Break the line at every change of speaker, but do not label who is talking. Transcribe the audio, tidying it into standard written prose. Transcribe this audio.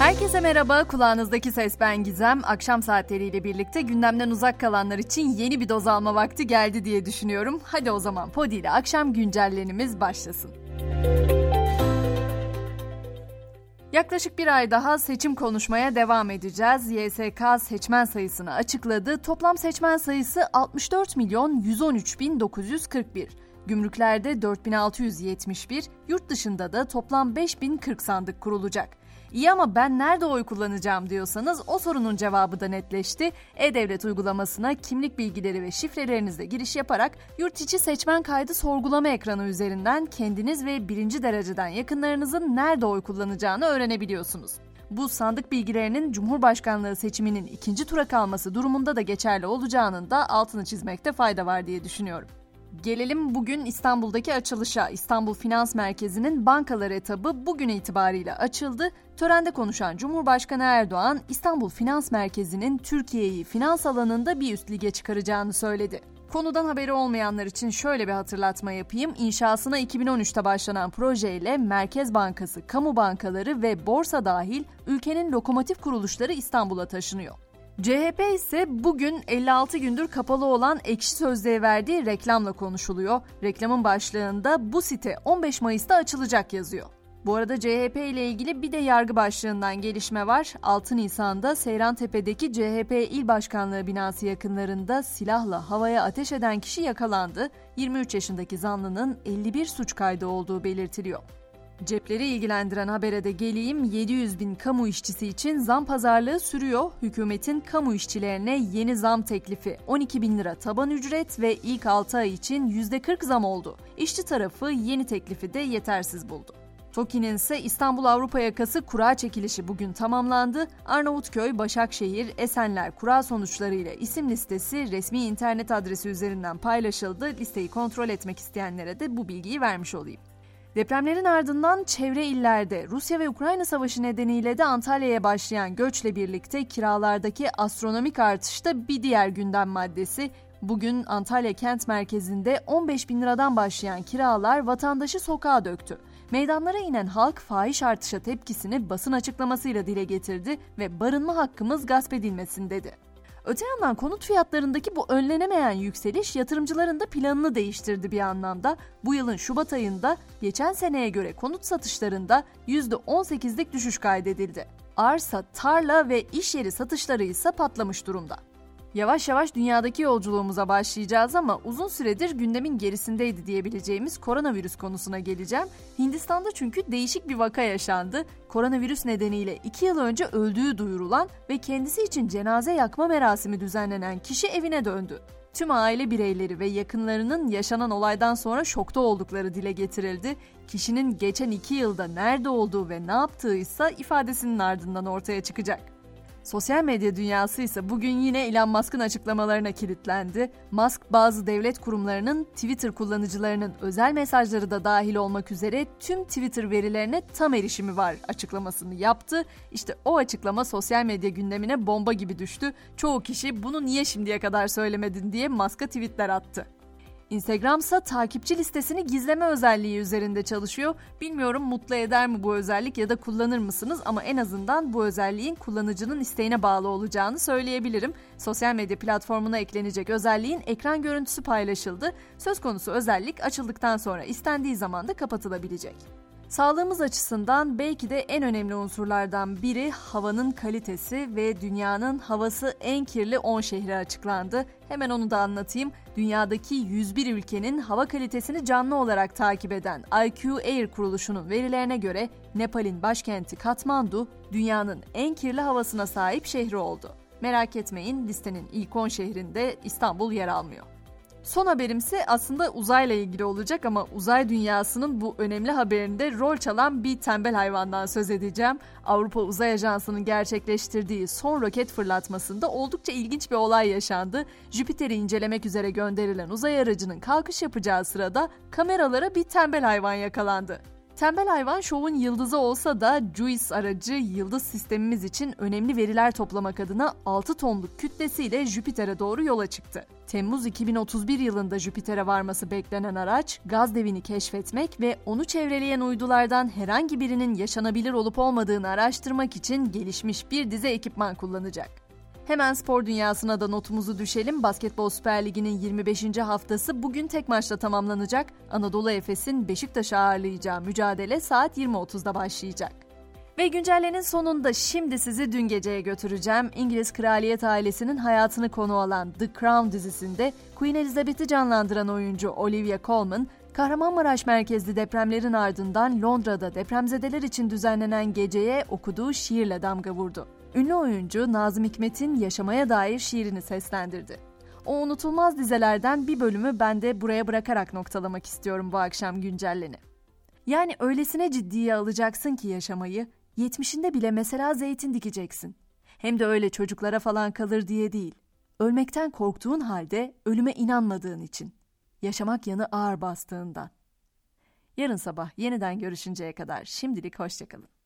Herkese merhaba, kulağınızdaki ses ben Gizem. Akşam saatleriyle birlikte gündemden uzak kalanlar için yeni bir doz alma vakti geldi diye düşünüyorum. Hadi o zaman Podi ile akşam güncellenimiz başlasın. Yaklaşık bir ay daha seçim konuşmaya devam edeceğiz. YSK seçmen sayısını açıkladı. Toplam seçmen sayısı 64.113.941. Gümrüklerde 4.671, yurt dışında da toplam 5.040 sandık kurulacak. İyi ama ben nerede oy kullanacağım diyorsanız o sorunun cevabı da netleşti. E-Devlet uygulamasına kimlik bilgileri ve şifrelerinizle giriş yaparak yurt içi seçmen kaydı sorgulama ekranı üzerinden kendiniz ve birinci dereceden yakınlarınızın nerede oy kullanacağını öğrenebiliyorsunuz. Bu sandık bilgilerinin Cumhurbaşkanlığı seçiminin ikinci tura kalması durumunda da geçerli olacağının da altını çizmekte fayda var diye düşünüyorum. Gelelim bugün İstanbul'daki açılışa. İstanbul Finans Merkezi'nin bankalar etabı bugün itibariyle açıldı. Törende konuşan Cumhurbaşkanı Erdoğan, İstanbul Finans Merkezi'nin Türkiye'yi finans alanında bir üst lige çıkaracağını söyledi. Konudan haberi olmayanlar için şöyle bir hatırlatma yapayım. İnşasına 2013'te başlanan projeyle Merkez Bankası, kamu bankaları ve borsa dahil ülkenin lokomotif kuruluşları İstanbul'a taşınıyor. CHP ise bugün 56 gündür kapalı olan Ekşi Sözlüğe verdiği reklamla konuşuluyor. Reklamın başlığında bu site 15 Mayıs'ta açılacak yazıyor. Bu arada CHP ile ilgili bir de yargı başlığından gelişme var. 6 Nisan'da Seyrantepe'deki CHP İl Başkanlığı binası yakınlarında silahla havaya ateş eden kişi yakalandı. 23 yaşındaki zanlının 51 suç kaydı olduğu belirtiliyor. Cepleri ilgilendiren habere de geleyim. 700 bin kamu işçisi için zam pazarlığı sürüyor. Hükümetin kamu işçilerine yeni zam teklifi 12 bin lira taban ücret ve ilk 6 ay için %40 zam oldu. İşçi tarafı yeni teklifi de yetersiz buldu. TOKİ'nin ise İstanbul Avrupa Yakası kura çekilişi bugün tamamlandı. Arnavutköy, Başakşehir, Esenler kura sonuçlarıyla isim listesi resmi internet adresi üzerinden paylaşıldı. Listeyi kontrol etmek isteyenlere de bu bilgiyi vermiş olayım. Depremlerin ardından çevre illerde Rusya ve Ukrayna savaşı nedeniyle de Antalya'ya başlayan göçle birlikte kiralardaki astronomik artış da bir diğer gündem maddesi. Bugün Antalya kent merkezinde 15 bin liradan başlayan kiralar vatandaşı sokağa döktü. Meydanlara inen halk fahiş artışa tepkisini basın açıklamasıyla dile getirdi ve barınma hakkımız gasp edilmesin dedi. Öte yandan konut fiyatlarındaki bu önlenemeyen yükseliş yatırımcıların da planını değiştirdi bir anlamda. Bu yılın Şubat ayında geçen seneye göre konut satışlarında %18'lik düşüş kaydedildi. Arsa, tarla ve iş yeri satışları ise patlamış durumda. Yavaş yavaş dünyadaki yolculuğumuza başlayacağız ama uzun süredir gündemin gerisindeydi diyebileceğimiz koronavirüs konusuna geleceğim. Hindistan'da çünkü değişik bir vaka yaşandı. Koronavirüs nedeniyle 2 yıl önce öldüğü duyurulan ve kendisi için cenaze yakma merasimi düzenlenen kişi evine döndü. Tüm aile bireyleri ve yakınlarının yaşanan olaydan sonra şokta oldukları dile getirildi. Kişinin geçen 2 yılda nerede olduğu ve ne yaptığı ise ifadesinin ardından ortaya çıkacak. Sosyal medya dünyası ise bugün yine Elon Musk'ın açıklamalarına kilitlendi. Musk bazı devlet kurumlarının Twitter kullanıcılarının özel mesajları da dahil olmak üzere tüm Twitter verilerine tam erişimi var açıklamasını yaptı. İşte o açıklama sosyal medya gündemine bomba gibi düştü. Çoğu kişi bunu niye şimdiye kadar söylemedin diye Musk'a tweetler attı. Instagram ise takipçi listesini gizleme özelliği üzerinde çalışıyor. Bilmiyorum mutlu eder mi bu özellik ya da kullanır mısınız ama en azından bu özelliğin kullanıcının isteğine bağlı olacağını söyleyebilirim. Sosyal medya platformuna eklenecek özelliğin ekran görüntüsü paylaşıldı. Söz konusu özellik açıldıktan sonra istendiği zaman da kapatılabilecek. Sağlığımız açısından belki de en önemli unsurlardan biri havanın kalitesi ve dünyanın havası en kirli 10 şehri açıklandı. Hemen onu da anlatayım. Dünyadaki 101 ülkenin hava kalitesini canlı olarak takip eden IQ Air kuruluşunun verilerine göre Nepal'in başkenti Katmandu dünyanın en kirli havasına sahip şehri oldu. Merak etmeyin, listenin ilk 10 şehrinde İstanbul yer almıyor. Son haberimse aslında uzayla ilgili olacak ama uzay dünyasının bu önemli haberinde rol çalan bir tembel hayvandan söz edeceğim. Avrupa Uzay Ajansı'nın gerçekleştirdiği son roket fırlatmasında oldukça ilginç bir olay yaşandı. Jüpiter'i incelemek üzere gönderilen uzay aracının kalkış yapacağı sırada kameralara bir tembel hayvan yakalandı. Tembel Hayvan şovun yıldızı olsa da JUICE aracı yıldız sistemimiz için önemli veriler toplamak adına 6 tonluk kütlesiyle Jüpiter'e doğru yola çıktı. Temmuz 2031 yılında Jüpiter'e varması beklenen araç, gaz devini keşfetmek ve onu çevreleyen uydulardan herhangi birinin yaşanabilir olup olmadığını araştırmak için gelişmiş bir dizi ekipman kullanacak. Hemen spor dünyasına da notumuzu düşelim. Basketbol Süper Ligi'nin 25. haftası bugün tek maçla tamamlanacak. Anadolu Efes'in Beşiktaş'ı ağırlayacağı mücadele saat 20.30'da başlayacak. Ve güncellenin sonunda şimdi sizi dün geceye götüreceğim. İngiliz kraliyet ailesinin hayatını konu alan The Crown dizisinde Queen Elizabeth'i canlandıran oyuncu Olivia Colman, Kahramanmaraş merkezli depremlerin ardından Londra'da depremzedeler için düzenlenen geceye okuduğu şiirle damga vurdu. Ünlü oyuncu Nazım Hikmet'in Yaşamaya Dair şiirini seslendirdi. O unutulmaz dizelerden bir bölümü ben de buraya bırakarak noktalamak istiyorum bu akşam güncelleni. Yani öylesine ciddiye alacaksın ki yaşamayı, 70'inde bile mesela zeytin dikeceksin. Hem de öyle çocuklara falan kalır diye değil. Ölmekten korktuğun halde ölüme inanmadığın için. Yaşamak yanı ağır bastığından. Yarın sabah yeniden görüşünceye kadar şimdilik hoşça kalın.